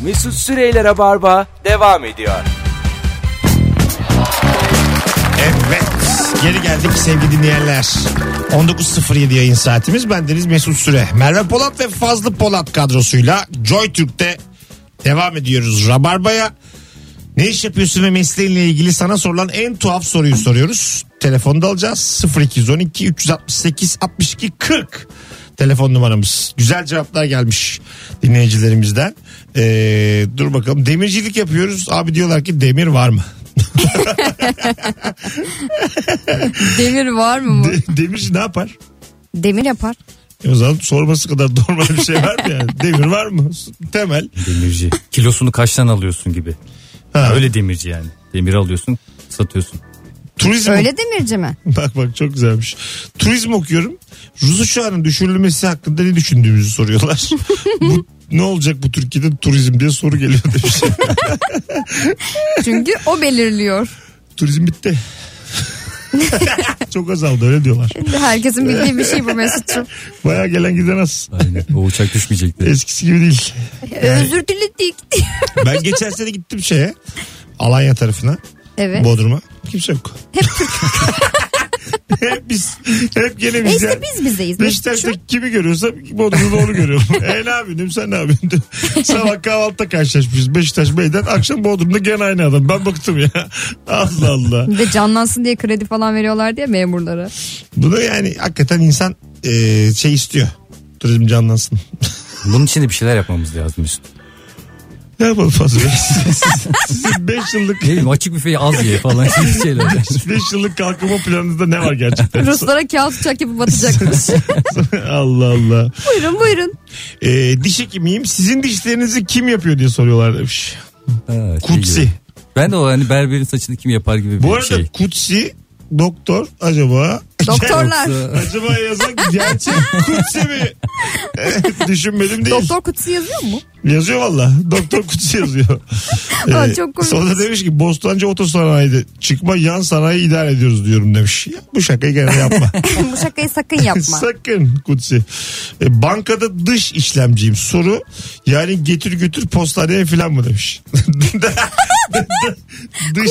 Mesut Süreyler'e barba devam ediyor. Evet, geri geldik sevgili dinleyenler. 19.07 yayın saatimiz. Bendeniz Mesut Süre. Merve Polat ve Fazlı Polat kadrosuyla Joy Türk'te devam ediyoruz. Rabarba'ya ne iş yapıyorsun ve mesleğinle ilgili sana sorulan en tuhaf soruyu soruyoruz. Telefonda alacağız. 0212 368 62 40 telefon numaramız. Güzel cevaplar gelmiş dinleyicilerimizden. Dur bakalım, demircilik yapıyoruz. Abi diyorlar ki demir var mı? Demir var mı? Demirci ne yapar? Demir yapar. O zaman sorması kadar normal bir şey var mı yani? Demir var mı? Temel. Demirci. Kilosunu kaçtan alıyorsun gibi. Ha. Öyle demirci yani. Demir alıyorsun, satıyorsun. Turizm Öyle demirci mi? Bak çok güzelmiş. Turizm okuyorum. Rus uçağının düşürülmesi hakkında ne düşündüğümüzü soruyorlar. Bu ne olacak bu Türkiye'de turizm diye soru geliyor demiş. Çünkü o belirliyor. Turizm bitti. Çok azaldı öyle diyorlar. Herkesin bildiği bir şey bu Mesut'cum. Bayağı gelen giden az. Aynen. O uçak düşmeyecekti. Eskisi gibi değil. Özür diledik. Ben geçen sene gittim şeye, Alanya tarafına. Evet. Bodrum'a. Kimse yok. Hep Hep biz. Hep gene biz. işte yani. biz bizeyiz. Beşiktaş'ta kimi görüyorsam Bodrum'da onu görüyorum. Ne yapayım sen ne yapıyorsun? Sabah kahvaltıda karşılaşmışız Beşiktaş meydan. Akşam Bodrum'da gene aynı adam. Ben bıktım ya. Allah Allah. Bir de canlansın diye kredi falan veriyorlar diye memurlara. Bunu yani hakikaten insan şey istiyor. Turizm canlansın. Bunun için de bir şeyler yapmamız lazım Mesut. Ne yapalım fazla? Sizin 5 yıllık... Ne bileyim, açık büfeyi az ye falan şeyler. 5 yıllık kalkınma planınızda ne var gerçekten? Ruslara kağıt uçak yapıp atacakmış. Allah Allah. Buyurun. Diş hekimiyim. Sizin dişlerinizi kim yapıyor diye soruyorlar demiş. Ha, Kutsi. gibi. Ben de o hani berberin saçını kim yapar gibi bir Bu arada şey. Kutsi doktor acaba... Doktorlar. Acaba yazan gerçek Kutsi mi? Düşünmedim değil. Doktor kutusu yazıyor mu? Yazıyor valla. Doktor Kutsi yazıyor. Aa, çok komik. Sonra demiş ki Bostancı Otosanayide çıkma yan sanayi idare ediyoruz diyorum demiş. Ya, bu şakayı gene yapma. Bu şakayı sakın yapma. Sakın Kutsi. Bankada dış işlemciyim. Soru yani getir götür postaneye falan mı demiş. Dış...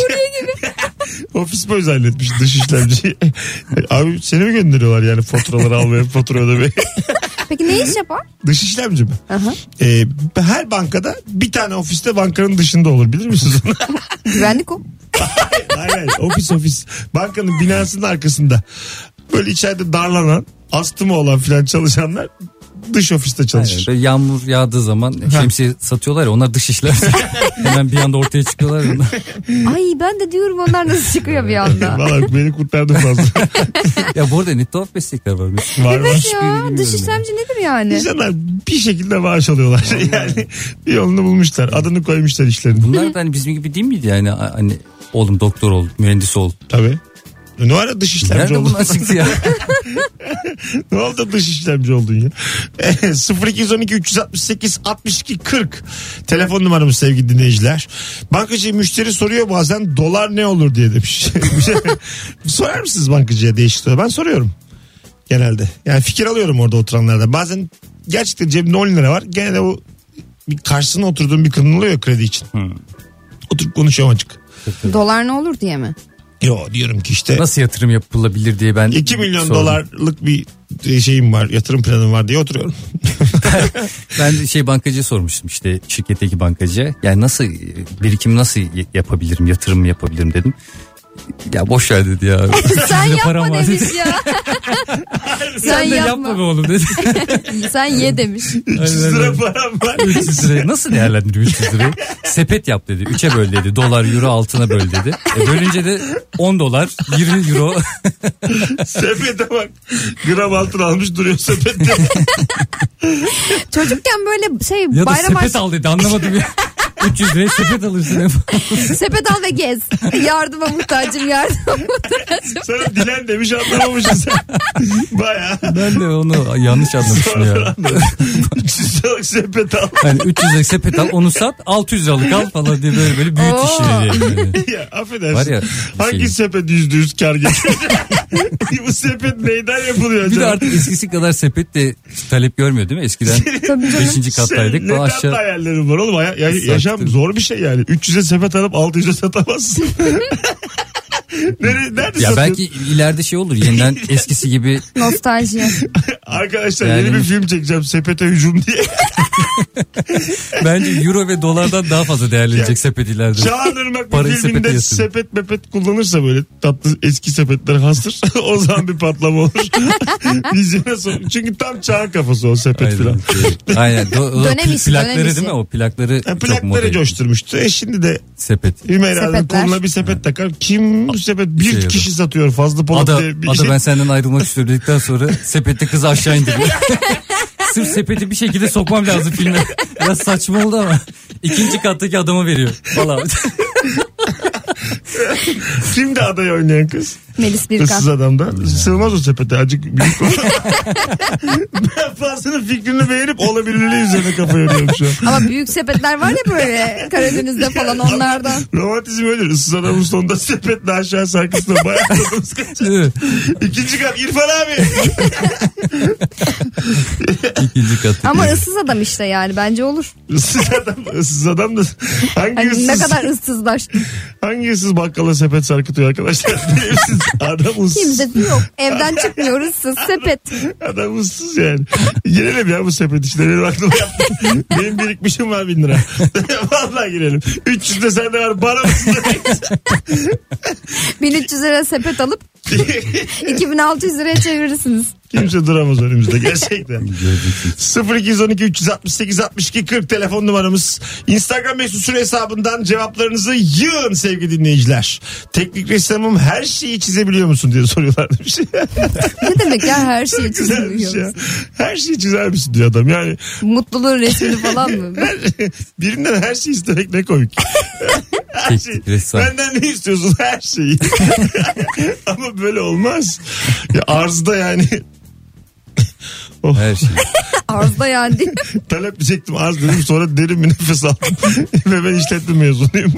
Ofis boyu zannetmiş dış işlemci. Abi seni mi gönderiyorlar yani faturaları almaya, fatura ödemeye? Peki ne iş yapar? Dış işlemci mi? Aha. Her bankada bir tane ofiste bankanın dışında olur, bilir misiniz onu? Güvenlik o. Hayır. Ofis. Bankanın binasının arkasında. Böyle içeride darlanan, astımı olan filan çalışanlar dış ofiste çalışır. Aynen. Yağmur yağdığı zaman şemsiye satıyorlar ya, onlar dış işler. Hemen bir anda ortaya çıkıyorlar. Ay ben de diyorum onlar nasıl çıkıyor bir anda. Valla beni kurtardın fazla. Ya bu arada ne tuhaf meslekler var. Var. Evet ya, dış işlemci nedir yani? İnsanlar bir şekilde maaş alıyorlar. Yani bir yolunu bulmuşlar. Adını koymuşlar işlerine. Bunlar da hani bizim gibi değil miydi yani? Hani oğlum doktor ol, mühendis ol. Tabii. Ne ara dış işlemci Nerede oldun? bunlar çıktı ya? Ne oldu dış işlemci oldun ya? 0212 368 62 40 telefon numaramız sevgili dinleyiciler. Bankacı müşteri soruyor bazen dolar ne olur diye demiş. Sorar mısınız bankacıya değişik soru? Ben soruyorum genelde. Yani fikir alıyorum orada oturanlardan. Bazen gerçekten cebimde 10 lira var. Gene de o bir karşısına oturduğum bir kadın oluyor kredi için. Oturup konuşuyorum açık. Dolar ne olur diye mi? Yo diyorum ki işte. Nasıl yatırım yapılabilir diye ben 2 milyon sordum. dolarlık bir şeyim var, yatırım planım var diye oturuyorum. Ben bankacıya sormuştum işte, şirketteki bankacıya. Yani nasıl birikimi nasıl yapabilirim, yatırım mı yapabilirim dedim. Ya boş ver dedi ya. Sen Param yapma var demiş dedi. ya. Sen de yapma be oğlum dedi. Sen ye demiş. 300 lira param var. 300 lirayı nasıl değerlendiriyor 300 lirayı? Sepet yap dedi. 3'e böl dedi. Dolar, euro, altına böl dedi. Bölünce de 10 dolar, 20 euro. Sepete bak. Gram altın almış duruyor sepette. Çocukken böyle şey Ya da bayram sepet al dedi, anlamadım ya. 300 liraya sepet alırsın. sepet al ve gez. Yardıma muhtacım. Sana dilen demiş, anlamamışsın sen. Baya. Ben de onu yanlış anlamışım ya. 300 liralık sepet al. Yani 300 liralık sepet al, onu sat, 600 liralık al falan diye böyle büyük işleri. Yani. Ya affedersin. Var ya, hangi şey... sepet %100 kar getiriyor? Bu sepet neyden yapılıyor Bir de acaba? artık eskisi kadar sepet de talep görmüyor değil mi? Eskiden 5. kattaydık. Senin ne Falan tatlı aşağı... hayallerin var oğlum. Yaşam zor bir şey yani. 300'e sepet alıp 600'e satamazsın. Nerede Ya satıyorsun? belki ileride şey olur. Yeniden eskisi gibi Nostalji. Arkadaşlar Yani- yeni bir film çekeceğim. Sepete hücum diye. bence euro ve dolardan daha fazla değerlenecek sepet ileride. Çağan Irmak bir Parayı filminde sepete yatırın. sepet mepet kullanırsa böyle tatlı eski sepetler hastır. O zaman bir patlama olur. Vizyona son. Çünkü tam çağın kafası o sepet falan. Aynen. O Dönem işi, plakları dönem işi. değil mi? O plakları çok Plakları model. coşturmuştu. Şimdi de Sepet. Hümeyra'nın Sepetler. koluna bir sepet takar. Kim bu sepet? Bir Şey kişi satıyor. Fazla Polat Ada, diye bir Ada şey. ben senden ayrılmak istiyorum dedikten sonra sepette kızı aşağı indiriyor. Sırf sepeti bir şekilde sokmam lazım filme. Biraz saçma oldu ama. 2. kattaki adama veriyor. Falan. Kimdi adayı oynayan kız? Melis Birkan. Issız Adam'da. Sığmaz o sepete. Acık büyük o. Ben fazlasının fikrini beğenip olabilirliği üzerine kafa yoruyorum şu an. Ama büyük sepetler var ya böyle Karadeniz'de falan onlardan. Romantizm öyle. Issız Adam'ın sonunda sepetle aşağı sarkısına bayağı tadımız kaçar. Değil mi? 2. kat İrfan abi. 2. kattaki. Ama ıssız adam işte yani bence olur. Issız adam da hangi Hani ıssız, ne kadar ıssızlaştı. hangi ıssız bakkala sepet sarkıtıyor arkadaşlar? Biliyorsunuz. Adam ıssız. Kimse yok. Evden çıkmıyoruz ıssız sepet. Adam ıssız yani. Girelim ya bu sepet işte. Benim aklıma yaptı. Benim birikmişim var 1000 lira. Vallahi girelim. 300 de sende var. Bana mısın? 1300 lira sepet alıp 2600 liraya çevirirsiniz. Kimse duramaz önümüzde gerçekten. Göreceksiniz. 0212 368 62 40 telefon numaramız. Instagram mesut süre hesabından cevaplarınızı yığın sevgili dinleyiciler. Teknik ressamım her şeyi çizebiliyor musun diye soruyorlar demiş. Ne demek ya her şeyi Güzelmiş ya. çizebiliyoruz. Her şeyi çizer misin diyor adam yani. Mutluluğun resmini falan mı? Birinden her şeyi istemek ne komik. Her şey. Teknik ressam. Benden ne istiyorsun? Her şeyi. Ama böyle olmaz. Ya arzda yani. Oh. Her şey. Arzda yani değil. Talep diyecektim arz dedim sonra derin bir nefes aldım. Ve ben işletme mezunuyum.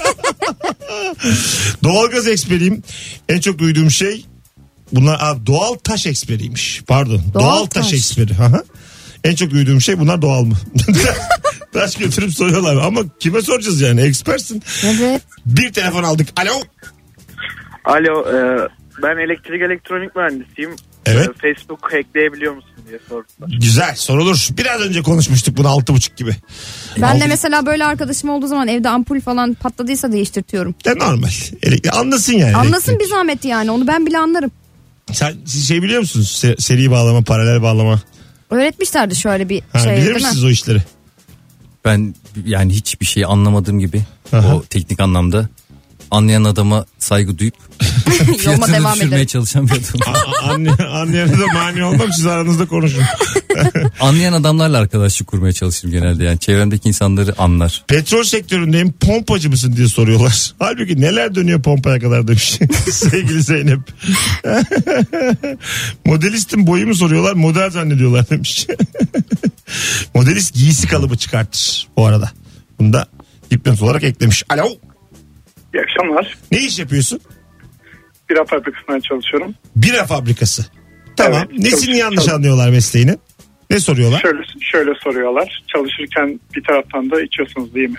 Doğalgaz eksperiyim. En çok duyduğum şey bunlar doğal taş eksperiymiş. Pardon. Doğal taş taş. eksperi. Aha. En çok duyduğum şey bunlar doğal mı? Taş götürüp soruyorlar ama kime soracağız yani ekspersin. Evet. Bir telefon aldık. Alo. Alo, ben elektrik elektronik mühendisiyim. Evet. Facebook hackleyebiliyor musun diye sordular. Güzel sorulur. Biraz önce konuşmuştuk bunu 6.30 gibi. Ben de mesela böyle arkadaşım olduğu zaman evde ampul falan patladıysa değiştirtiyorum. Normal. Anlasın yani. Anlasın elektrik. bir zahmet yani onu ben bile anlarım. Siz şey biliyor musunuz? Seri bağlama, paralel bağlama. Öğretmişlerdi şöyle bir Ha, şey bilir değil mi? misiniz o işleri? Ben yani hiçbir şey anlamadığım gibi Aha. o teknik anlamda anlayan adama saygı duyup Yoluma fiyatını devam düşürmeye ederim. çalışan bir adamım. Anlayana da mani olmam siz aranızda konuşun. Anlayan adamlarla arkadaşlık kurmaya çalışırım genelde yani çevremdeki insanları anlar. Petrol sektöründeyim pompacı mısın diye soruyorlar. Halbuki neler dönüyor pompaya kadar demiş sevgili Zeynep. Modelistin boyu mu soruyorlar model zannediyorlar demiş. Modelist giysi kalıbı çıkartır bu arada. Bunu da dipnot olarak eklemiş. Alo. İyi akşamlar. Ne iş yapıyorsun? Bira fabrikasında çalışıyorum. Bira fabrikası. Tamam. Evet, Nesini yanlış anlıyorlar mesleğini? Ne soruyorlar? Şöyle soruyorlar. Çalışırken bir taraftan da içiyorsunuz değil mi?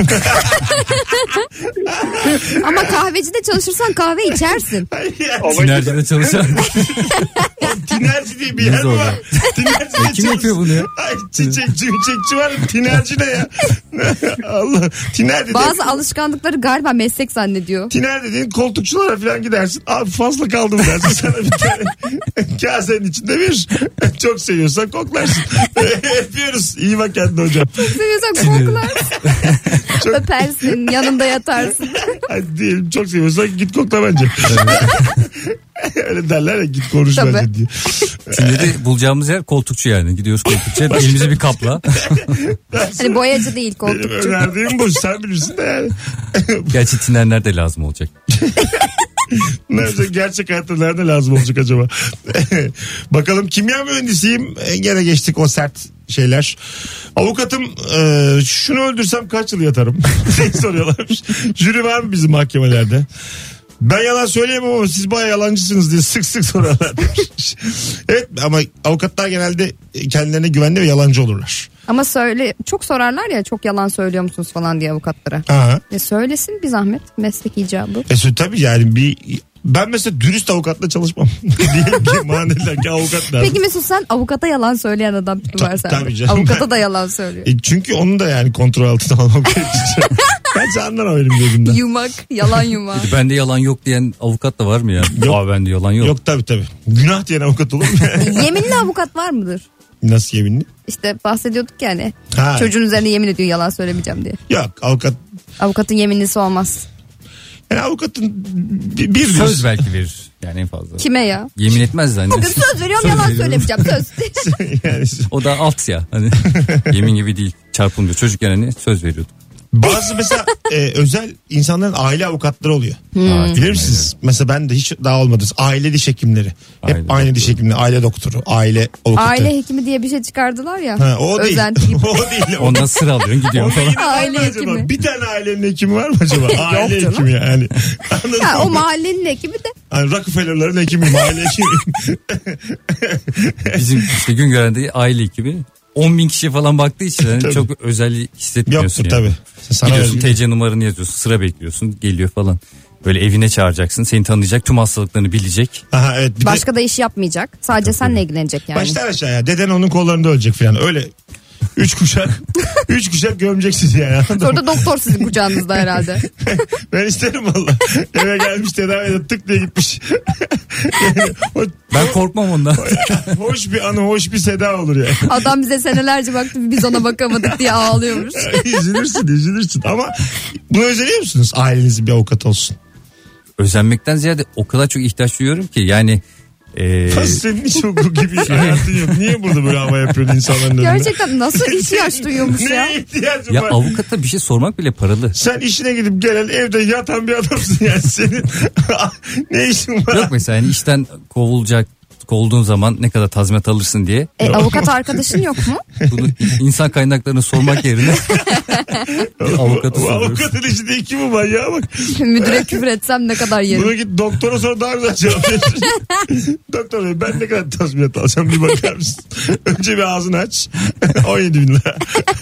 Ama kahvecide çalışırsan kahve içersin. Sinerjide çalışan. Tinerci diye bir yer mi Biz var? Tinerci de Kim yapıyor bunu ya? Ay çiçekçi var. Tinerci ne ya? Allah. Tiner dediğin, Bazı alışkanlıkları galiba meslek zannediyor. tiner dediğin koltukçulara falan gidersin. Abi fazla kaldım dersin sana bir tane. Kasenin içinde bir. Çok seviyorsan koklarsın. Öpüyoruz. İyi bak kendine hocam. Seviyorsan koklarsın. Öpersin yanında yatarsın. Hadi diyelim çok seviyorsan git kokla bence. Öyle derler ya git konuş Tabii. bence diye. Tineri bulacağımız yer koltukçu yani. Gidiyoruz koltukçuya elimize bir kapla. Hani boyacı değil Benim koltukçu. önerdiğim bu. Sen bilirsin de yani. Gerçi tiner nerede lazım olacak? Nerede, gerçek hayatta nerede lazım olacak acaba? Bakalım kimya mühendisiyim. Gene geçtik o sert şeyler. Avukatım şunu öldürsem kaç yıl yatarım? diye soruyorlarmış. Jüri var mı bizim mahkemelerde? Ben yalan söyleyemem ama siz bayağı yalancısınız diye sık sık sorarlar. Evet ama avukatlar genelde kendilerine güvenli ve yalancı olurlar. Ama çok sorarlar ya, çok yalan söylüyor musunuz falan diye avukatlara. Aha. Söylesin bir zahmet, meslek icabı. Tabii yani ben mesela dürüst avukatla çalışmam. Diyelim ki bana dediler ki avukat lazım. Peki Mesut, sen avukata yalan söyleyen adam tipi var sende. Tabii canım. Avukata da yalan söylüyor. Çünkü onu da yani kontrol altına almak gerekiyor. Bence anlar o benim gözümden. Yumak, yalan yumak. Bende yalan yok diyen avukat da var mı ya? Yok. Bende yalan yok. Yok tabii. Günah diyen avukat olur mu? Yeminli avukat var mıdır? Nasıl yeminli? İşte bahsediyorduk yani. Ha. Çocuğun üzerine yemin ediyor yalan söylemeyeceğim diye. Yok avukat. Avukatın yeminlisi olmaz. Yani avukatın bir Söz belki verir yani en fazla. Kime ya? Yemin etmez de. Hani. Bugün söz veriyorum, yalan söylemeyeceğim, söz. yani, O da alt ya. Hani yemin gibi değil. Çarpılmıyor. Çocukken hani söz veriyorduk. bazı mesela özel insanların aile avukatları oluyor. Bilir misiniz? Mesela ben de hiç daha olmadı. Aile diş hekimleri. Hep Aile aynı doktoru. diş hekimleri. Aile doktoru. Aile avukatı. Aile hekimi diye bir şey çıkardılar ya. Ha, o değil. Özenti gibi. O değil. Ondan sıra alıyorsun gidiyorsun Onda falan. yine var mı Aile acaba? hekimi. Bir tane ailenin hekimi var mı acaba? Aile canım. hekimi yani. Anladın Ya, mı? o mahallenin ekibi de. Yani Rockefeller'ların hekimiyim. Aile hekimiyim. Bizim işte Güngören'de aile ekibi 10.000 kişi falan baktığı için yani Tabii. çok özel hissetmiyorsun. Yoktur yani. tabii. Sana Gidiyorsun özgür. TC numaranı yazıyorsun, sıra bekliyorsun, geliyor falan. Böyle evine çağıracaksın, seni tanıyacak, tüm hastalıklarını bilecek. Aha, evet. Bir Başka da iş yapmayacak. Sadece senle ilgilenecek yani. Başlar aşağıya. Deden onun kollarında ölecek falan. Öyle 3 kuşak gömeceksiniz yani. Anladın mı? Sonra da doktor sizin kucağınızda herhalde. Ben isterim valla. Eve gelmiş tedavi edip tık diye gitmiş. Yani Ben korkmam ondan. hoş bir anı, hoş bir seda olur yani. Adam bize senelerce baktı, biz ona bakamadık diye ağlıyormuş. üzülürsün. Ama bunu özeniyor musunuz? Ailenizin bir avukat olsun. Özenmekten ziyade o kadar çok ihtiyaç duyuyorum ki yani. Senin hiç hukuk gibi hayatın yok. Niye burada böyle hava yapıyorsun insanların önünde? Gerçekten nasıl ihtiyaç duyuyormuş ya? Neye ihtiyacın Ya var? avukata bir şey sormak bile paralı. Sen işine gidip gelen evde yatan bir adamsın yani. Senin ne işin var? Yok mesela yani işten kovulduğun zaman ne kadar tazminat alırsın diye. Avukat arkadaşın yok mu? Bunu insan kaynaklarına sormak yerine avukatı Bu soruyoruz. avukatın içinde iki mi var ya bak. Müdüre küfür etsem ne kadar Bunu yerim. git doktora sor, daha güzel cevap verir. Doktor bey, ben ne kadar tazminat alacağım bir bakar mısın? Önce bir ağzını aç. 17 bin lira.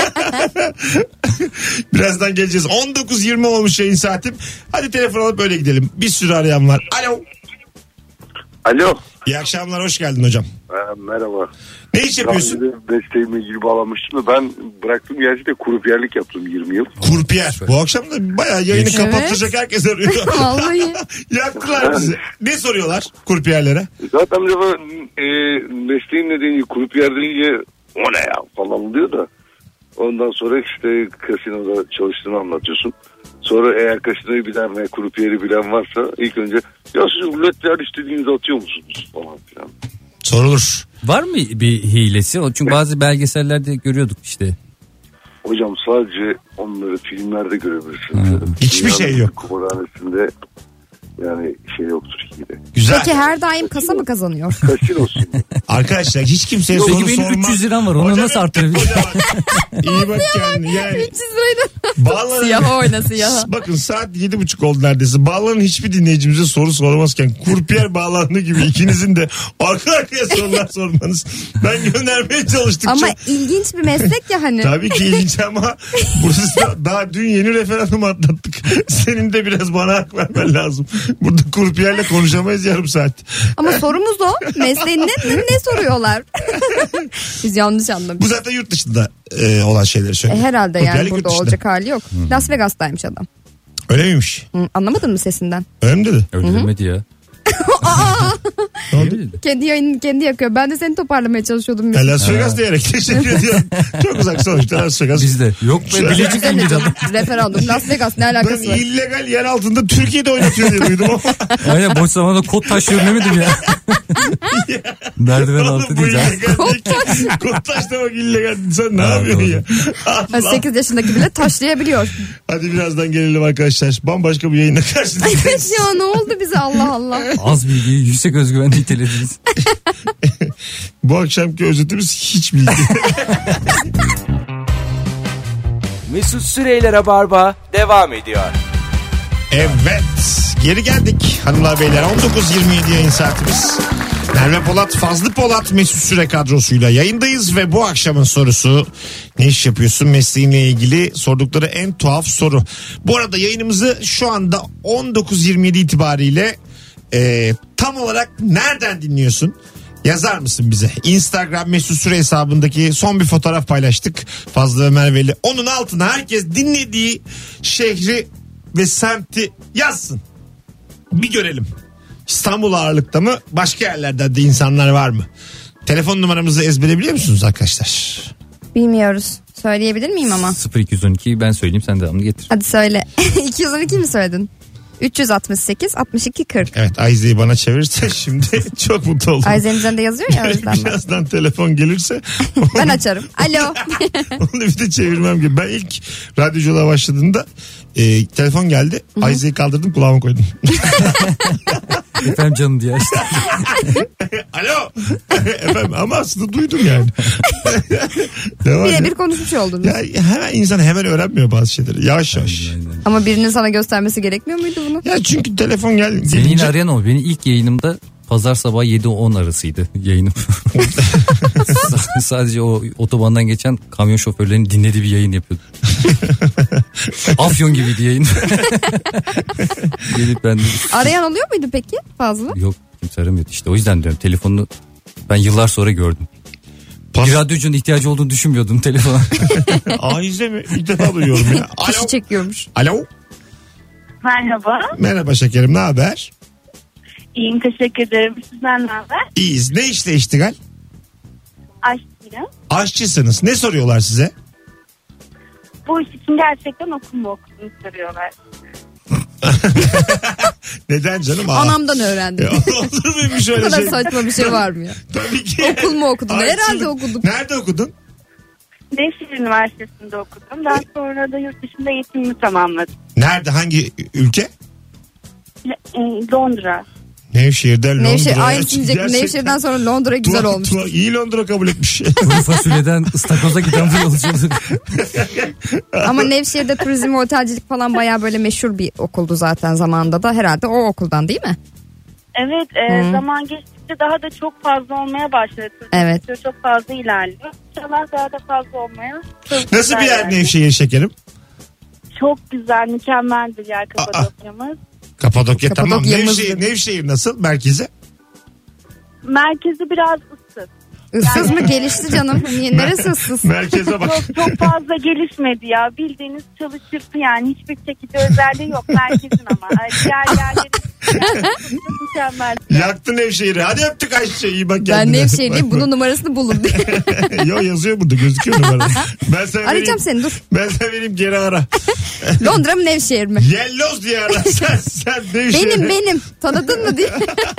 Birazdan geleceğiz. 19.20 olmuş yayın saatim. Hadi telefon alıp böyle gidelim. Bir sürü arayan var. Alo. Alo. İyi akşamlar, hoş geldin hocam. Merhaba. Ne iş yapıyorsun? Mesleğimle ilgili bağlamıştım da ben bıraktığım yerde de kurupiyerlik yaptım 20 yıl. Kurpiyer. Bu akşam da bayağı yayını Evet. kapattıracak herkes arıyor. Vallahi. Yaktılar bizi. Ne soruyorlar kurpiyerlere? Zaten mesleğin nedeni kurupiyer deyince o ne ya falan oluyor da. Ondan sonra işte kasinoda çalıştığını anlatıyorsun. Sonra eğer kasinoyu bilen ve kurupiyeri bilen varsa ilk önce ya siz ruletler istediğinizi atıyor musunuz falan filan. Sorulur. Var mı bir hilesi? Çünkü bazı belgesellerde görüyorduk işte. Hocam sadece onları filmlerde görebilirsiniz. Hiçbir şey yok. Kumarhanesinde yani şey yoktur hile. Güzel. Peki her daim kasa mı kazanıyor? Kasinosun. Arkadaşlar hiç kimseye Peki soru benim sormaz. 300 liram var, onu Hocam, nasıl artırabilirim? İyi bak kendine yani. 300 liraydı. Bağlanın. Siyah oyna siyah. Bakın saat 7.30 oldu neredeyse. Bağlanın, hiçbir dinleyicimize soru sormazken kurpiyer bağlandığı gibi ikinizin de arka arkaya sorular sormanız. Ben göndermeye çalıştıkça. Ama ilginç bir meslek ya hani. Tabii ki ilginç ama burası da, daha dün yeni referandum atlattık. Senin de biraz bana hak vermen lazım. Burada kurpiyerle konuşamayız yarım saat. Ama sorumuz o. Mesleğin ne soruyorlar? Biz yanlış anlamışız. Bu zaten yurt dışında olan şeyleri söylüyor. Herhalde yani Kurpiyerlik burada yurt dışında. olacak hali yok. Las Vegas'taymış adam. Öyle miymiş? Anlamadın mı sesinden? Öyle mi dedi? Öyle demedi ya. Ne oldu? Kendi yayını kendi yakıyor. Ben de seni toparlamaya çalışıyordum. Ya Las Vegas diyerek teşekkür ediyorum. Çok uzak sonuçta Las Vegas. Bizde. Yok be, Bilecik Güzel miydi adam? referandum. Las Vegas ne Ben alakası var? illegal yer altında Türkiye'de oynatıyor diye duydum ama. Aynen, boş zamanda kod taşıyorum demedim ya. Merdiven Oğlum altı bu değil ha. illegal değil. Kodtaş demek illegal. Sen ne yapıyorsun ya? Allah. 8 yaşındaki bile taşlayabiliyor. Hadi birazdan gelelim arkadaşlar. Bambaşka bir yayına karşınızdayız. Ya ne oldu bize Allah Allah. Az bilgi, yüksek özgüvenle itelediniz. Bu akşamki özetimiz hiç bilgi. Mesut Süreyler'e barba devam ediyor. Evet. Geri geldik hanımlar beyler. 19.27 yayın saatimiz. Merve Polat, Fazlı Polat, Mesut Süre kadrosuyla yayındayız ve bu akşamın sorusu ne iş yapıyorsun mesleğinle ilgili sordukları en tuhaf soru. Bu arada yayınımızı şu anda 19.27 itibariyle tam olarak nereden dinliyorsun? Yazar mısın bize? Instagram Mesut Süre hesabındaki son bir fotoğraf paylaştık Fazlı ve Merve'li. Onun altına herkes dinlediği şehri ve semti yazsın. Bir görelim. İstanbul ağırlıkta mı? Başka yerlerden de insanlar var mı? Telefon numaramızı ezbere biliyor musunuz arkadaşlar? Bilmiyoruz. Söyleyebilir miyim ama? 0212 ben söyleyeyim, sen devamını getir. Hadi söyle. 212 mi söyledin? 368 62 40. Evet, Ayze'yi bana çevirirse şimdi çok mutlu oldum. Ayze'nin de yazıyor ya o yüzden. Birazdan telefon gelirse Ben açarım. Alo. onu bir de çevirmem gibi. Ben ilk radyoculuğa başladığımda telefon geldi. Ayze'yi kaldırdım, kulağıma koydum. Efendim canım diye açtım. Alo. Efendim, ama aslında duydum yani. Devam Birebir et. konuşmuş oldunuz. Ya hemen insan hemen öğrenmiyor bazı şeyleri. Yavaş yavaş. Ama birinin sana göstermesi gerekmiyor muydu bunu? Ya çünkü telefon Seni gelince... yine arayan o. Benim ilk yayınımda pazar sabahı 7-10 arasıydı yayınım. Sadece o otobandan geçen kamyon şoförlerinin dinlediği bir yayın yapıyordum. Afyon gibiydi yayın. Gelip ben de... Arayan oluyor muydu peki fazla? Yok, kimse aramıyordu işte. O yüzden diyorum, telefonunu ben yıllar sonra gördüm. Bir radyocunun ihtiyacı olduğunu düşünmüyordum telefona. Ayze mi? İlk defa duyuyorum ya. Kişi Alo. çekiyormuş. Alo. Merhaba. Merhaba şekerim, ne haber? İyiyim, teşekkür ederim. Sizden ne haber? İyiyiz. Ne işle iştigal? Aşçıyım. Aşçısınız. Ne soruyorlar size? Bu iş için gerçekten okul mu okudun soruyorlar. Neden canım? Anamdan öğrendim. Olur muymuş Bu öyle kadar şey? saçma bir şey var mı ya? Tabii ki. Okul mu okudun? Aşçılık. Herhalde okuduk. Nerede okudun? Nevşehir Üniversitesi'nde okudum. Daha sonra da yurt dışında eğitimimi tamamladım. Nerede? Hangi ülke? Londra. Nevşehir'den Londra'ya. Nevşehir aynısını diyecektim. Gerçekten Nevşehir'den sonra Londra güzel olmuş. İyi Londra kabul etmiş. Kuru fasulyeden ıstakoza giden bu yolculuk. Ama Nevşehir'de turizm ve otelcilik falan bayağı böyle meşhur bir okuldu zaten zamanında da. Herhalde o okuldan değil mi? Evet, zaman geçtikçe daha da çok fazla olmaya başladı. Evet. Çok fazla ilerliyor. İnşallah daha da fazla olmaya. Nasıl bir yer yani. Nevşehir şekerim? Çok güzel, mükemmel bir yer Kapadokya'mız. Kapadokya tamam. Kapadokya'mızdır. Nevşehir nasıl? Merkezi? Merkezi biraz ıssız. Issız mı? Gelişti canım. Niye? Neresi ıssız? Merkeze bak. Çok fazla gelişmedi ya. Bildiğiniz çalışırdı yani. Hiçbir şekilde özelliği yok. Merkezin ama. Diğer yerleri mükemmel. Yaktın Nevşehir'i. Hadi öptük Ayşe. İyi bak Ben kendine. Nevşehirliyim. Bunun numarasını bulun diye. Yo, yazıyor burada, gözüküyor numara. Ben sana Arayacağım vereyim. seni, dur. Ben sana vereyim, geri ara. Londra mı Nevşehir mi? Yelloz diye ara. Sen Nevşehir. Benim. Tanıdın mı diye.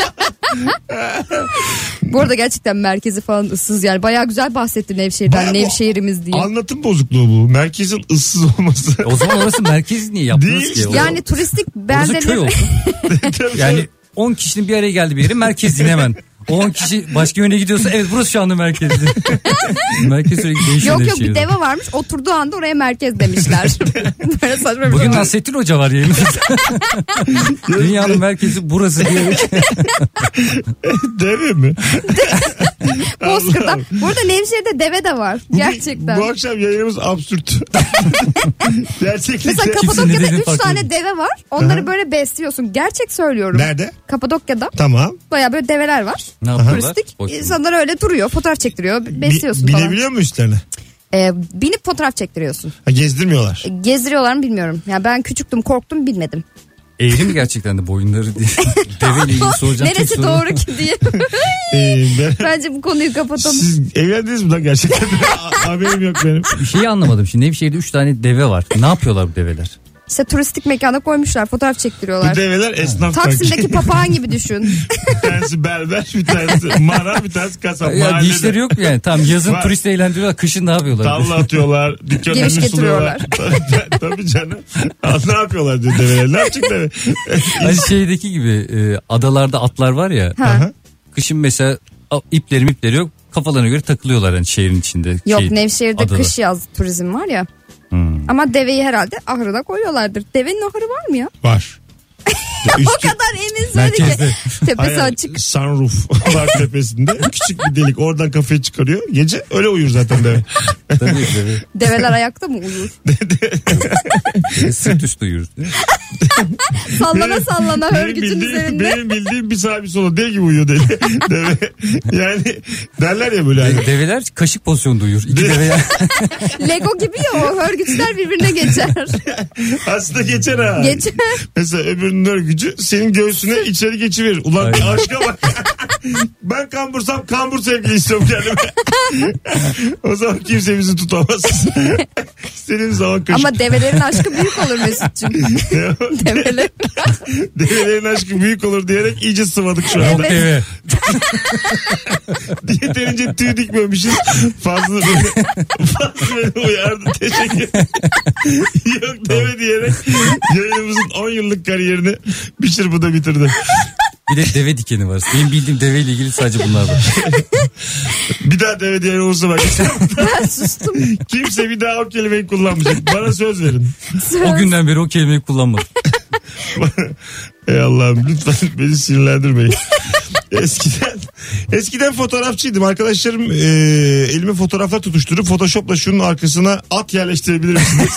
Bu arada gerçekten merkezi falan ıssız yani. Bayağı güzel bahsetti Nevşehir'den. Bayağı bu Nevşehir'imiz diye. Anlatım bozukluğu bu. Merkezin ıssız olması. O zaman orası merkez niye yaptınız Değil ki? işte. Yani turistik Orası köy beldeleri. olsun. Yani 10 kişinin bir araya geldiği bir yerin merkezine hemen. O 10 kişi başka yöne gidiyorsa evet burası şu anda merkezde. Merkez sürekli değişiyor. Yok bir deve varmış, oturduğu anda oraya merkez demişler. Böyle saçma bir Bugün şey var. Nasrettin Hoca var yayınımızda. Dünyanın merkezi burası diye. Deve mi? Bozkır'da. Burada Nevşehir'de deve de var. Gerçekten. Bu akşam yayınımız absürt. Gerçekten. Mesela Kimse Kapadokya'da nedeni 3 farklı tane değil. deve var. Onları Aha. böyle besliyorsun. Gerçek söylüyorum. Nerede? Kapadokya'da Tamam. bayağı böyle develer var. Ne yapıyorlar? Turistik. Boş ver. İnsanlar öyle duruyor. Fotoğraf çektiriyor. Besliyorsun falan. Binebiliyor mu üstlerine? Binip fotoğraf çektiriyorsun. Ha, gezdirmiyorlar. Gezdiriyorlar mı bilmiyorum. Ya ben küçüktüm, korktum, bilmedim. Eğri mi gerçekten de boyunları diye. Deveyle ilgili soracağım. tek Neresi soru. doğru ki diye. Bence bu konuyu kapatalım. Siz evlendiniz mi lan gerçekten? Haberim yok benim. Bir şeyi anlamadım. Şimdi Nevşehir'de 3 tane deve var. Ne yapıyorlar bu develer? İşte turistik mekana koymuşlar, fotoğraf çektiriyorlar. Bu develer esnaf Taksim'deki kanki. papağan gibi düşün. Bir tanesi berber, bir tanesi mara, bir tanesi kasap. Ya Mahallede dişleri yok mu yani? Tamam, yazın Var. turist eğlendiriyorlar. Kışın ne yapıyorlar? tavla atıyorlar, dükkanlarını Geviş suluyorlar. getiriyorlar. Tabii canım. Ne yapıyorlar diyor develer. Ne yapacak deve? Hani şeydeki gibi adalarda atlar var ya. Ha. Kışın mesela ipleri yok. Kafalarına göre takılıyorlar hani şehrin içinde. Yok, Nevşehir'de adada. kış yaz turizm var ya. Ama deveyi herhalde ahırına koyuyorlardır. Devenin ahırı var mı ya? Var. O kadar eminsin ki. Merkezde. Tepesi Hayır, açık. sunroof var tepesinde. Küçük bir delik. Oradan kafayı çıkarıyor. Gece öyle uyur zaten deve. Tabii deve. Develer ayakta mı uyur? Deve sırt üstü uyur. Sallana sallana hörgücün üzerinde. Benim bildiğim bir sağa bir sola dev gibi uyuyor deve. Yani derler ya böyle. Hani. Develer kaşık pozisyonunda uyur. İki deve ya. Lego gibi ya o hörgüçler birbirine geçer. Aslında geçer ha. Geçer. Mesela öbürünün örgücü senin göğsüne içeri geçiverir. Ulan bir aşka bak. Ben kambursam kambur sevgili istiyorum kendime. O zaman kimse bizi tutamaz. Senin zaman kaşık. Ama develerin aşkı büyük olur Mesut'cum. Develer. Develerin aşkı büyük olur diyerek iyice sıvadık şu anda. Evet. Yeterince tüy dikmemişiz. Fazla beni uyardı. Teşekkür ederim. Yok deve diyerek yayınımızın 10 yıllık kariyerini bir çırpıda bitirdi. Bir de deve dikeni var. Benim bildiğim deveyle ilgili sadece bunlar var. Bir daha deve diyen olursa bak. Ben sustum. Kimse bir daha o kelimeyi kullanmayacak. Bana söz verin. O günden beri o kelimeyi kullanmadım. Ey Allah'ım lütfen beni sinirlendirmeyin. Eskiden fotoğrafçıydım. Arkadaşlarım elime fotoğraflar tutuşturup Photoshop'la şunun arkasına at yerleştirebilir misiniz?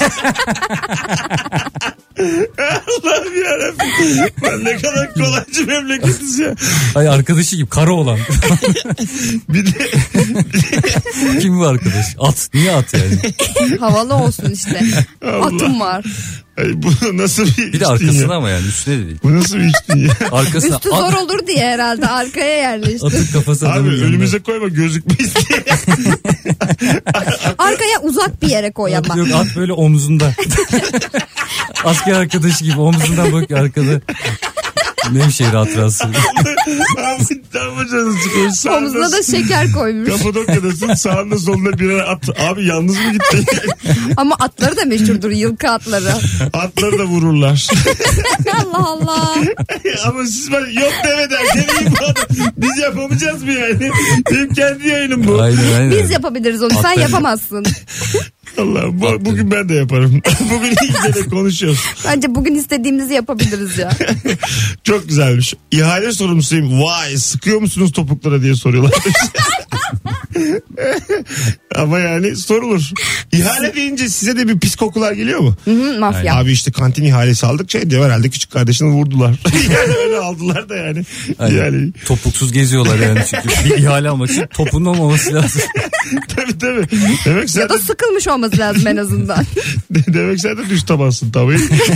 Allah'ım yarabbim. Ben ne kadar kolaycı memleketiz ya. Ay arkadaşı gibi kara olan. Bir de Kim bu arkadaş? At. Niye at yani? Havalı olsun işte. Atım var. ay, bu nasıl bir Bir de içtin arkasına ya? ama yani üstüne de değil. Bu nasıl bir içtin ya? Arkasına Üstü zor olur diye herhalde arkaya yerleştir. atın kafası Abi adamın yanında. önümüze koyma gözükmeyiz diye. Arkaya uzak bir yere koy ama. Yok at böyle omzunda. Asker arkadaşı gibi omzundan bakıyor arkada. Nevşehir hatırası. Abi tam canınız çıkıyor. Omzuna da şeker koymuş. Kapadokya'dasın sağında solunda birer at. Abi yalnız mı gitti? Ama atları da meşhurdur, yılkı atları. Atları da vururlar. Allah Allah. Ama siz var yok deve derken iyi bu adam. Biz yapamayacağız mı yani? Benim kendi yayınım bu. Aynen. Biz yapabiliriz onu, sen yapamazsın. Allah bugün ben de yaparım. Bugün iyice de konuşuyoruz. Bence bugün istediğimizi yapabiliriz ya. Çok güzelmiş. İhale sorumlusuyum. Vay sıkıyor musunuz topuklara diye soruyorlar. Ama yani sorulur. İhale deyince size de bir pis kokular geliyor mu? Hı, mafya. Abi işte kantin ihalesi aldık şey diyor herhalde küçük kardeşini vurdular. Yani öyle aldılar da yani. Yani. Topuksuz geziyorlar yani çünkü bir ihale almak için topunun olmaması lazım. Tabii. Demek sen Ya da sıkılmış olması lazım en azından. demek sen de düş tabansın tabii.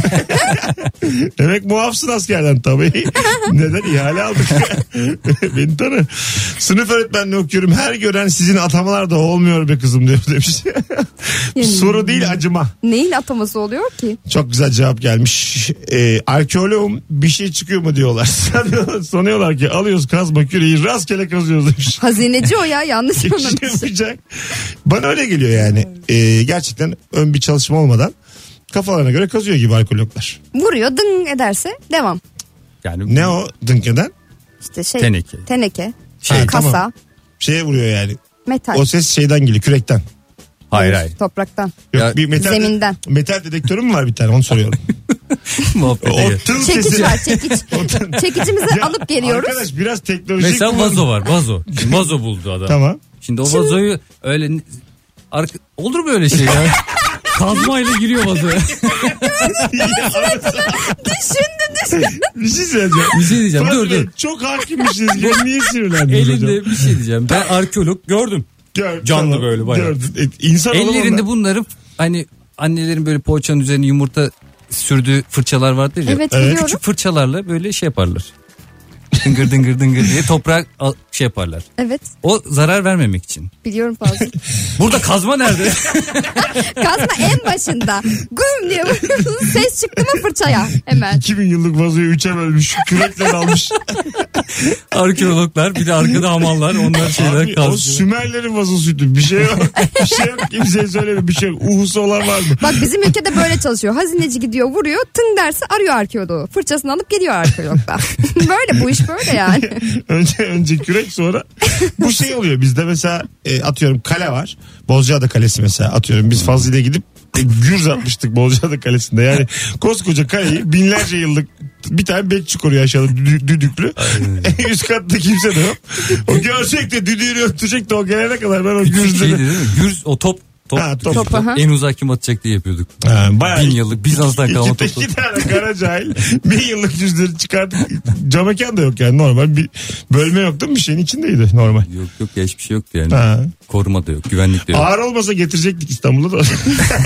Demek muafsın askerden tabii. Neden ihale aldık? Beni tanı. Sınıf öğretmenliği okuyorum. Her gören sizin atamalar da olmuyor be kızım diyor demiş. Soru değil acıma. Neyin ataması oluyor ki? Çok güzel cevap gelmiş. Arkeoloğum bir şey çıkıyor mu diyorlar. Sanıyorlar ki alıyoruz kazma küreği rastgele kazıyoruz demiş. Hazineci o ya, yanlış Bir şey anlamış. yapacak. Bana öyle geliyor yani. Gerçekten ön bir çalışma olmadan kafalarına göre kazıyor gibi arkeologlar. Vuruyor, dın ederse devam. Yani Ne o dınk eden? İşte şey. Teneke. Teneke. Şey, Kasa. tamam. Şeye vuruyor yani. Metal. O ses şeyden geliyor kürekten. hayır. Topraktan. Yok, Ya, bir metal, zeminden. Metal dedektörü mü var bir tane onu soruyorum. Muhabbete O gel. tın Çekiç sesi. var, çekiç. Çekicimizi Ya, alıp geliyoruz. Arkadaş biraz teknolojik. Mesela kullan- vazo var vazo. Şimdi vazo buldu adam. Tamam. Şimdi o vazoyu öyle olur mu öyle şey ya? Kazmayla giriyor vazoya. Bir şey söyleyeceğim. Bir şey diyeceğim Fazla dur dur. Çok hakimmişsiniz. Ben niye sinirlendiniz hocam? Elinde bir şey diyeceğim. Ben arkeolog gördüm. Canlı böyle bayağı. Gördün. İnsan Ellerinde bunların hani annelerin böyle poğaçanın üzerine yumurta sürdüğü fırçalar vardır ya. Evet, biliyorum. Küçük fırçalarla böyle şey yaparlar. Dıngır dıngır dıngır diye toprak şey yaparlar. Evet, O zarar vermemek için. biliyorum fazla. Burada kazma nerede? Kazma en başında. Güm diye vuruyorsun. Ses çıktı mı fırçaya hemen. 2000 yıllık vazoyu 3'e bölmüş. Kürekle almış. Arkeologlar bir de arkada hamallar onlar şeyler Abi o kazıyor. Sümerlerin vazosuydu. Bir şey yok. Bir şey yok. Kimseye söyleme. Bir şey yok. Uhusu olan var mı? Bak bizim ülkede böyle çalışıyor. Hazineci gidiyor, vuruyor, tın derse arıyor arkeoloğu. Fırçasını alıp geliyor arkeologda. Böyle bu iş böyle yani. önce kürek sonra bu şey oluyor bizde mesela atıyorum kale var. Bozcaada Kalesi mesela atıyorum biz Fazlı'yla gidip gürz atmıştık Bozcaada Kalesi'nde. Yani koskoca kaleyi binlerce yıllık Bir tane bekçi koruyor aşağıda düdüklü. Üst katta kimse de yok. O görecek de düdüğünü öttürecek de o gelene kadar ben o gürzleri. Şey değil mi? Gürz o top. Top, aha. En uzak kim atacak diye yapıyorduk. Bayağı 1000 yıllık Bizans'tan kalma top. İki tane kara cahil 1000 yıllık cüzleri çıkardık. Cam mekan da yok yani normal bir bölme yok değil mi? Bir şeyin içindeydi normal. Yok ya hiçbir şey yoktu yani. Koruma da yok, güvenlik de yok. Ağır olmasa getirecektik İstanbul'da da.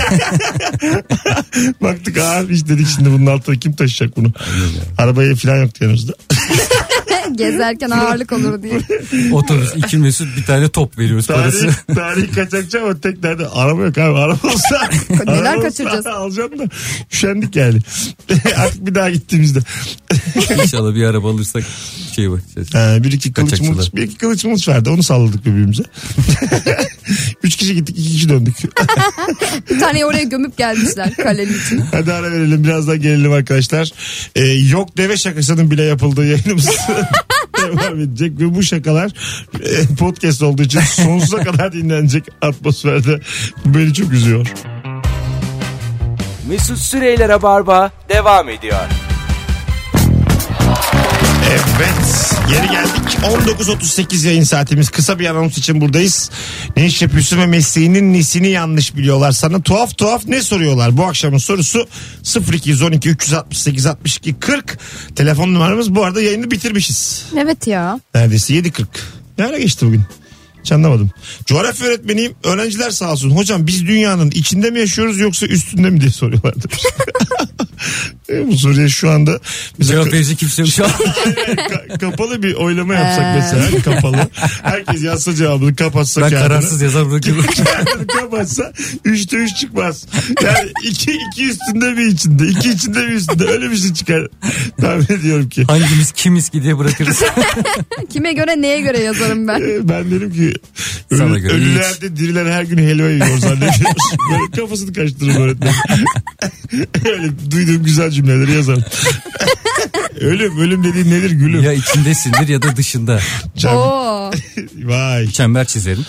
Baktık ağır iş dedik, şimdi bunun altına kim taşıyacak bunu? Arabaya falan yoktu yanımızda. Gezerken ağırlık olur diye. Otobüs 2 mesut bir tane top veriyoruz parası. Tarih kaçakçı ama tek nerede? Araba yok abi. Araba olsa. Neler kaçıracağız? Alacağım da üşendik yani. Artık bir daha gittiğimizde. İnşallah bir araba alırsak şey bakacağız. Bir iki kılıç mılıç vardı. Onu salladık birbirimize. 3 kişi gittik, 2 kişi döndük. Bir tane oraya gömüp gelmişler kalenin içine. Hadi ara verelim, birazdan gelelim arkadaşlar. Yok deve şakasının bile yapıldığı yayınımız devam edecek ve bu şakalar podcast olduğu için sonsuza kadar dinlenecek atmosferde. Bu beni çok üzüyor. Mesut Süreyler'e barba devam ediyor. Evet, geri geldik. 19.38 yayın saatimiz. Kısa bir anons için buradayız. Ne iş yapıyorsun ve mesleğinin nesini yanlış biliyorlar? Sana tuhaf tuhaf ne soruyorlar? Bu akşamın sorusu 0212 368 62 40. Telefon numaramız. Bu arada yayını bitirmişiz. Evet ya. Neredeyse 7.40. Ne ara geçti bugün? Hiç anlamadım. Coğrafya öğretmeniyim. Öğrenciler sağ olsun. Hocam biz dünyanın içinde mi yaşıyoruz yoksa üstünde mi diye soruyorlardı. Bu soruya şu anda cevap verici kimse yok şu an. Kapalı bir oylama yapsak mesela, kapalı. Herkes yazsa cevabını, kapatsa ben kağıdını. kararsız yazar bırakıyorum. Kapatsa 3'te 3 çıkmaz. Yani 2 üstünde bir içinde, 2 içinde bir üstünde, öyle bir şey çıkar. Tahmin ediyorum ki. Hangimiz kimiz ki diye bırakırız. Kime göre neye göre yazarım ben. Ben dedim ki Sana göre ölülerde diriler her gün helva yiyor zannediyoruz. Böyle kafasını kaçtırır öğretmen. Öyle duyduğum güzel cümleleri yazarım. Ölüm dediğin nedir gülüm? Ya içindesindir ya da dışında. Oo. Vay. Çember çizerim.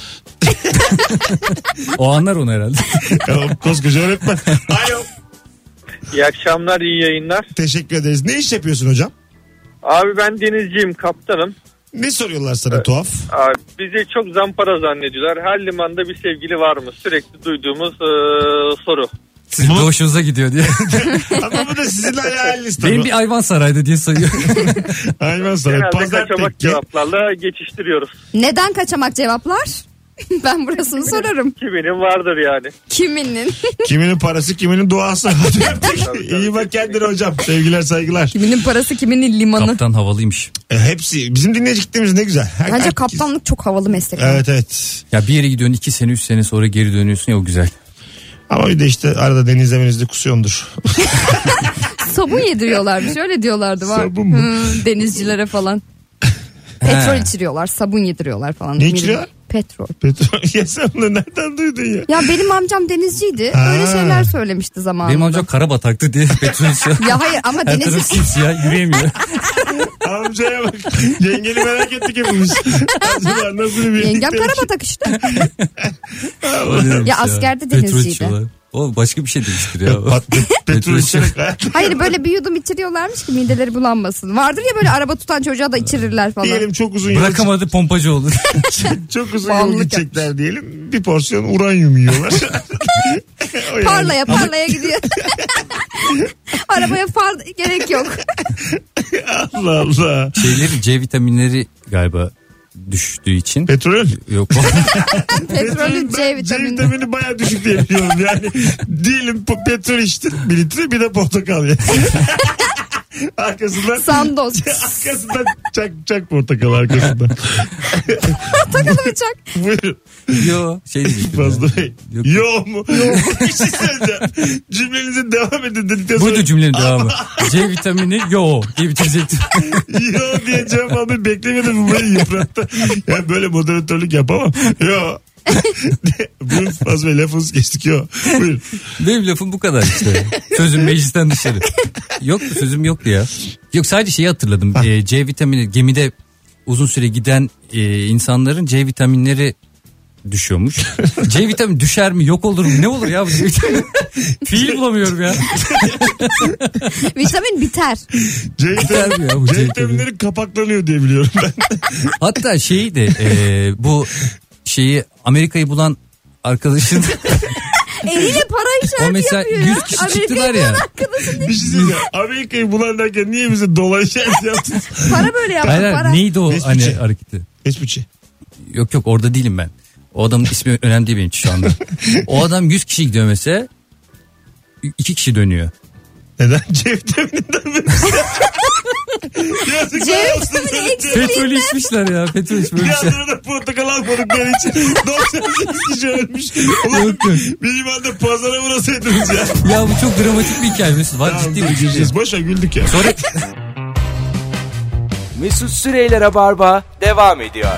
O anlar onu herhalde. Ya, koskoca öğretmen. Alo. İyi akşamlar, iyi yayınlar. Teşekkür ederiz. Ne iş yapıyorsun hocam? Abi ben denizciyim, kaptanım. Ne soruyorlar sana tuhaf? Abi, bizi çok zampara zannediyorlar. Her limanda bir sevgili var mı? Sürekli duyduğumuz soru. Sizin de hoşunuza gidiyor diye. Ama bu da sizin hayaliniz tabii. Benim bir Ayvansaray'da diye sayıyor. Ayvansaray. Genelde kaçamak cevaplarla geçiştiriyoruz. Neden kaçamak cevaplar? Ben burasını sorarım. Kiminin vardır yani. Kiminin? Kiminin parası, kiminin duası. İyi bak kendine hocam. Sevgiler, saygılar. Kiminin parası, kiminin limanı. Kaptan havalıymış. Hepsi. Bizim dinleyeceklerimiz ne güzel. Bence kaptanlık çok havalı meslek. Evet. Ya bir yere gidiyorsun 2 sene 3 sene sonra geri dönüyorsun ya, o güzel. Ama bir de işte arada denizde menizde kusuyordur. Sabun yediriyorlarmış, öyle diyorlardı. Var. Sabun mu? Denizcilere falan. Petrol içiriyorlar, sabun yediriyorlar falan. Ne içiriyorlar? Petrol. Ya sen bunu nereden duydun ya? Ya benim amcam denizciydi. Öyle şeyler söylemişti zamanında. Benim amcam Karabatak'tı diye petrol içiyor. Ya hayır ama Her deniz... taraf simsiyah, yürüyemiyor. Amcaya bak. Yengeni merak ettik hepimiz. Acaba nasıl bir... Yengem Karabatak işte. Ya askerde Petrol denizciydi. içiyorlar. O başka bir şey demiştir ya. Petrol içerek hayat. Hayır böyle bir yudum içiriyorlarmış ki mideleri bulanmasın. Vardır ya böyle araba tutan çocuğa da içirirler falan. Diyelim çok uzun yol. Bırakamadı, pompacı oldu. Çok uzun yol Bağımlılık gidecekler diyelim. Bir porsiyon uranyum yiyorlar. O yani. Parlaya gidiyor. Arabaya far gerek yok. Allah Allah. Şeyleri, C vitaminleri galiba düştüğü için. Petrol. Yok. Petrolün C vitamini. C vitamini bayağı düşük diye biliyorum. Yani diyelim petrol içtin 1 litre, bir de portakal ye. Arkasından Sandoz. Arkasından çak portakal arkasından. Portakalı bıçak. Buyurun. Yo şey diyecektim. Fazla Bey. Yok. Yo mu? Bir şey söyleyeceğim. Cümlenize devam edin dedikten sonra. Buydu cümlenin devamı. C vitamini yo diye bitirecektim. Yo diye cevap almayı beklemedim. Bu beni yıprattı. Yani böyle moderatörlük yapamam. Yo. Buyurun Fazla Bey, lafınızı kestik yo. Buyurun. Benim lafım bu kadar işte. Sözüm meclisten dışarı. Yoktu, sözüm yoktu ya. Yok, sadece şeyi hatırladım. C vitamini, gemide uzun süre giden insanların C vitaminleri düşüyormuş. C vitamini düşer mi yok olur mu ne olur ya bu C vitamini? Fiil bulamıyorum ya. Vitamin biter. Biter mi ya bu C C vitamini? vitaminleri kapaklanıyor diye biliyorum ben. Hatta şeyi de bu şeyi Amerika'yı bulan arkadaşın Eliyle para işareti o mesela yapıyor 100 kişi çıktılar ya. Bir şey söyleyeyim. Amerika'yı bulan derken niye bize dolar işareti yaptınız? Para böyle yaptı Hayır, para. neydi o Vespucci. hani hareketi? Vespucci. Yok orada değilim ben. O adamın ismi önemli değil benim için şu anda. O adam 100 kişi gidiyor mesela. 2 kişi dönüyor. Neden? C vitamininden mi? Yazıklar C olsun vitamini sana. eksik. Petrol içmişler ya. Petrol içmişler. Yanlarına portakal almadıkları için 98 kişi ölmüş. Ulan Yok, yok. benim halde pazara vurasaydınız ya. Ya bu çok dramatik bir hikaye Mesut. Var Tamam, ciddi bir şey. güleceğiz. Boşa güldük ya. Sonra Mesut Süreyler'e barba devam ediyor.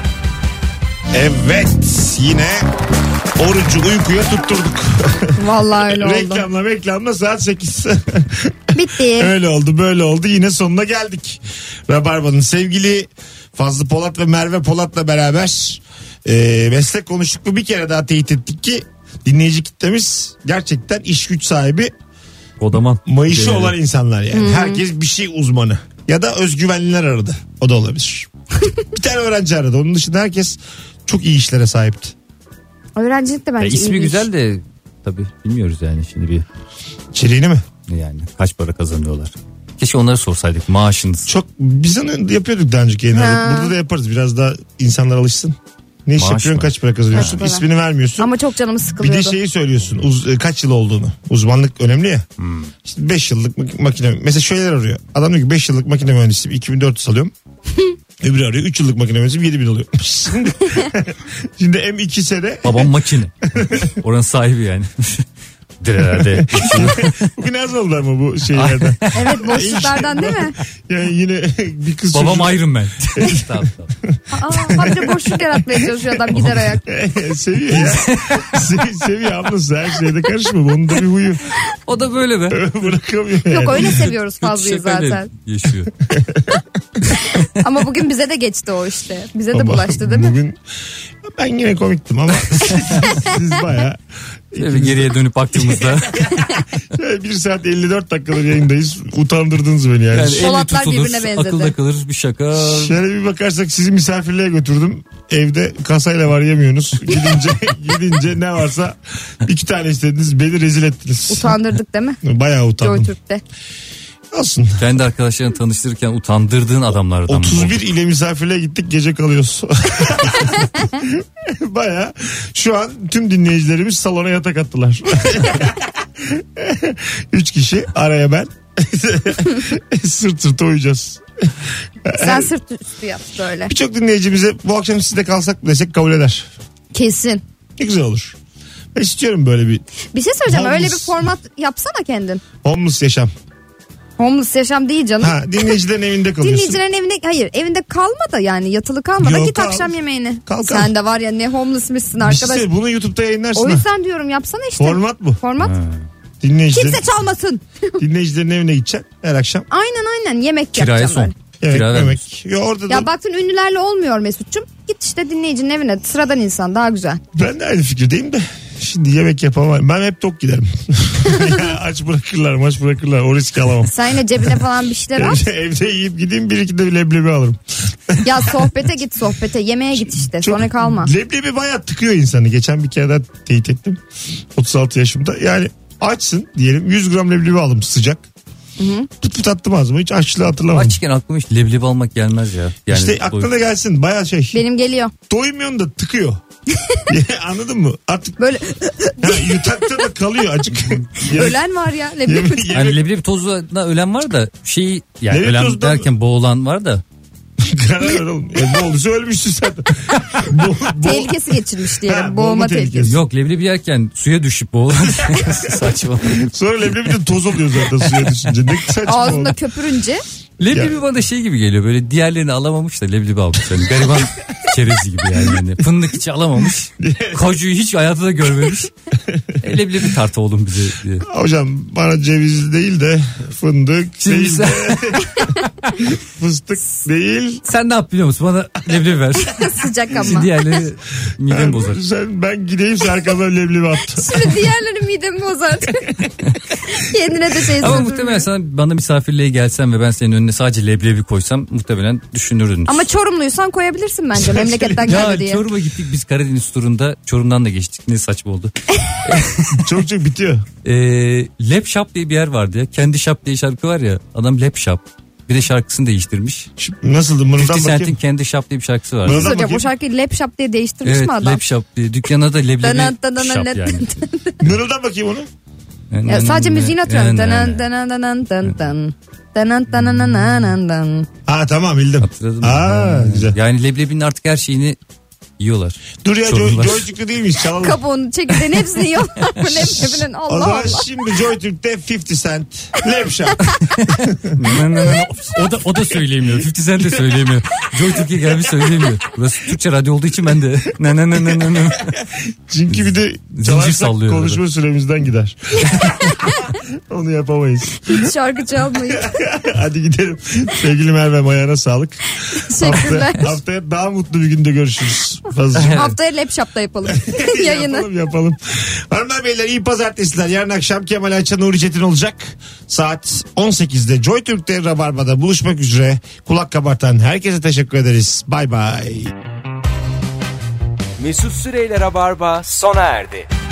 Evet yine orucu uykuya tutturduk. Vallahi öyle oldu. Reklamla saat 8. Bitti. Öyle oldu böyle oldu yine sonuna geldik. Rabarba'nın sevgili Fazlı Polat ve Merve Polat'la beraber meslek konuştuk. Bir kere daha teyit ettik ki dinleyici kitlemiz gerçekten iş güç sahibi, Odaman. mayışı olan insanlar yani. Herkes bir şey uzmanı. Ya da özgüvenliler aradı. O da olabilir. Bir tane öğrenci aradı. Onun dışında herkes çok iyi işlere sahipti. Öğrencilik de bence iyi İsmi bir güzel iş. de tabii bilmiyoruz yani şimdi bir İçeriğini mi? yani kaç para kazanıyorlar. Keşke onları sorsaydık maaşınız. Çok biz onu yapıyorduk daha önceki yayınlarda. Burada da yaparız. Biraz daha insanlar alışsın. Ne iş Maaş yapıyorsun, mı? kaç para kazanıyorsun? Kaç para? İsmini vermiyorsun. Ama çok canımız Bir sıkılıyordu. de şeyi söylüyorsun. Kaç yıl olduğunu. Uzmanlık önemli ya. İşte 5 yıllık makine. Mesela şöyler arıyor. Adam diyor ki 5 yıllık makine mühendisiyim. 2400 alıyorum. Öbürü arıyor 3 yıllık makine mühendisiyim 7000 oluyor. Şimdi M2 sene. Babam makine. Oranın sahibi yani. Direlerde. Bugün az oldu ama bu şeylerden. Evet boşluklardan değil mi? Yani yine bir kız Babam çocuğu- Iron Man. tamam. Habire boşluk yaratmaya çalışıyor adam gider ayak. Seviyor ya. Seviyor ablası her şeyde karışma. Onun da bir huyu. O da böyle be. Bırakamıyor yani. Yok öyle seviyoruz Fazlı'yı Şakayla zaten. yaşıyor. Ama bugün bize de geçti o işte. Bize de Ama bulaştı değil mi? Bugün ben yine komiktim ama siz baya Şöyle geriye dönüp baktığımızda. 1 saat 54 dakikadır yayındayız. Utandırdınız beni yani. Yani elle Polatlar tutulur, birbirine benzedi. akılda kalır bir şaka. Şöyle bir bakarsak sizi misafirliğe götürdüm. Evde kasayla var yemiyorsunuz. Gidince ne varsa 2 tane istediniz. Beni rezil ettiniz. Utandırdık değil mi? Bayağı utandım. JoyTürk'te. Olsun. Kendi arkadaşlarını tanıştırırken utandırdığın adamlardan. 31 ile misafirliğe gittik gece kalıyoruz. Baya şu an tüm dinleyicilerimiz salona yatak attılar. 3 kişi araya ben. Sırt sırta uyuyacağız. Sen sırt üstü yap böyle. Birçok dinleyicimize bu akşam sizde kalsak mı desek kabul eder. Kesin. Ne güzel olur. Ben istiyorum böyle bir Bir şey söyleyeceğim. Öyle bir Homeless. format yapsana kendin. homeless yaşam. Homeless yaşam değil canım. Ha, dinleyicilerin evinde kalıyorsun. Dinleyicilerin evinde hayır evinde kalma da yani yatılı kalma da Yok, git kal. akşam yemeğini. Kal. Sen de var ya ne homeless'mışsın Bir şey arkadaş. söyle, bunu YouTube'da yayınlarsın. O ha. yüzden diyorum yapsana işte. Format bu. Format. Dinleyicilerin, Kimse çalmasın. dinleyicilerin evine gideceksin her akşam. Aynen yemek Kiraya yapacaksın son. böyle. Kira vermiyorsun. Ya orada da Ya baktın ünlülerle olmuyor Mesut'cum. Git işte dinleyicinin evine. Sıradan insan daha güzel. ben de aynı fikirdeyim de. Şimdi yemek yapamam. Ben hep tok giderim. aç bırakırlar. O riski alamam. Sen yine cebine falan bir şeyler at. Evde yiyip gideyim 1-2 de leblebi alırım. Ya sohbete git sohbete. Yemeğe git işte. Sonra kalma. Leblebi bayağı tıkıyor insanı. Geçen bir kere daha teyit ettim. 36 yaşımda. Yani açsın diyelim 100 gram leblebi aldım sıcak. Pıt pıt attım ağzıma. Hiç açlığı hatırlamadım. Açken aklıma hiç leblebi almak gelmez ya. Yani İşte aklına gelsin bayağı şey. Benim geliyor. Doymuyorsun da tıkıyor. Anladın mı? Artık Böyle yutakta da kalıyor acık. ölen var ya. Leblebi. Yemek- Hani leblebi tozuna ölen var da şeyi yani Leblebi ölen tozundan- derken boğulan var da. Karar ver oğlum. Ne olduysa ölmüşsün zaten. Tehlikesi geçirmiş diyelim. Ha, Boğulma boğulma tehlikesi. tehlikesi. Yok leblebi yerken suya düşüp boğulan. Saçma. Sonra leblebi de toz oluyor zaten suya düşünce. Ne saçma Ağzında oldu. köpürünce Leblebi bana şey gibi geliyor böyle diğerlerini alamamış da leblebi almış. Yani gariban çerezi gibi yani. Fındık hiç alamamış. Kajuyu hiç hayatında görmemiş. Leblebi tartı oğlum bize diye. Hocam bana ceviz değil de fındık Şimdi değil sen- de fıstık değil. Sen ne yap biliyor musun? Bana leblebi ver. Sıcak ama. Diğerleri midemi bozar. Ben gideyim Serkan'la leblebi attı. Şimdi diğerleri midemi bozar. Kendine de şey Ama söylüyorum. muhtemelen sen bana misafirliğe gelsen ve ben senin önüne sadece leblebi koysam muhtemelen düşünürdün. Ama Çorumluysan koyabilirsin bence memleketten ya geldi diye. Çorum'a gittik biz Karadeniz turunda. Çorum'dan da geçtik. Ne saçma oldu. Çok bitiyor. Lap Shop diye bir yer vardı ya. Kendi Shop diye şarkı var ya. Adam Lap Shop. Bir de şarkısını değiştirmiş. Nasıldı? 50 Mırıldan Cent'in bakayım. kendi Shop diye bir şarkısı vardı. Mırıldan Hocam bakayım. o şarkıyı Lap Shop diye değiştirmiş Evet mi adam? Lap Shop diye. Dükkana da leblebi Danan, danan, shop danan, yani. Mırıldan bakayım onu. Ya sadece müziğini atıyorum. Danan danan danan dan dan. Danan danan danan dan. Ha tamam bildim. Hatırladın mı? Aa güzel. Yani leblebinin artık her şeyini yiyorlar. Dur ya Çorumlar. Joytürk'te değil miyiz? Çalalım. Kabuğunu çekirdeğini hepsini yiyorlar. Leblebinin O Allah zaman Allah. şimdi Joytürk'te 50 Cent. Lepşap. o da söyleyemiyor. 50 Cent de söyleyemiyor. Joy Türkiye gelmiş söyleyemiyor. Burası Türkçe radyo olduğu için ben de Çünkü bir de Zincir çalarsak sallıyor konuşma süremizden gider. Onu yapamayız. Hiç şarkı çalmayın. Hadi gidelim. Sevgili Merve'm ayağına sağlık. Teşekkürler. Haftaya daha mutlu bir günde görüşürüz. Fazlacığım. Haftaya Lap Shop'ta yapalım yayını. Yapalım. Hanımlar beyler iyi pazartesiler. Yarın akşam Kemal Ayça Nuri Çetin olacak. Saat 18'de Joy Türk'te Rabarba'da buluşmak üzere. Kulak kabartan herkese teşekkür ederiz. Bay bay. Mesut Süreyler'e barba sona erdi.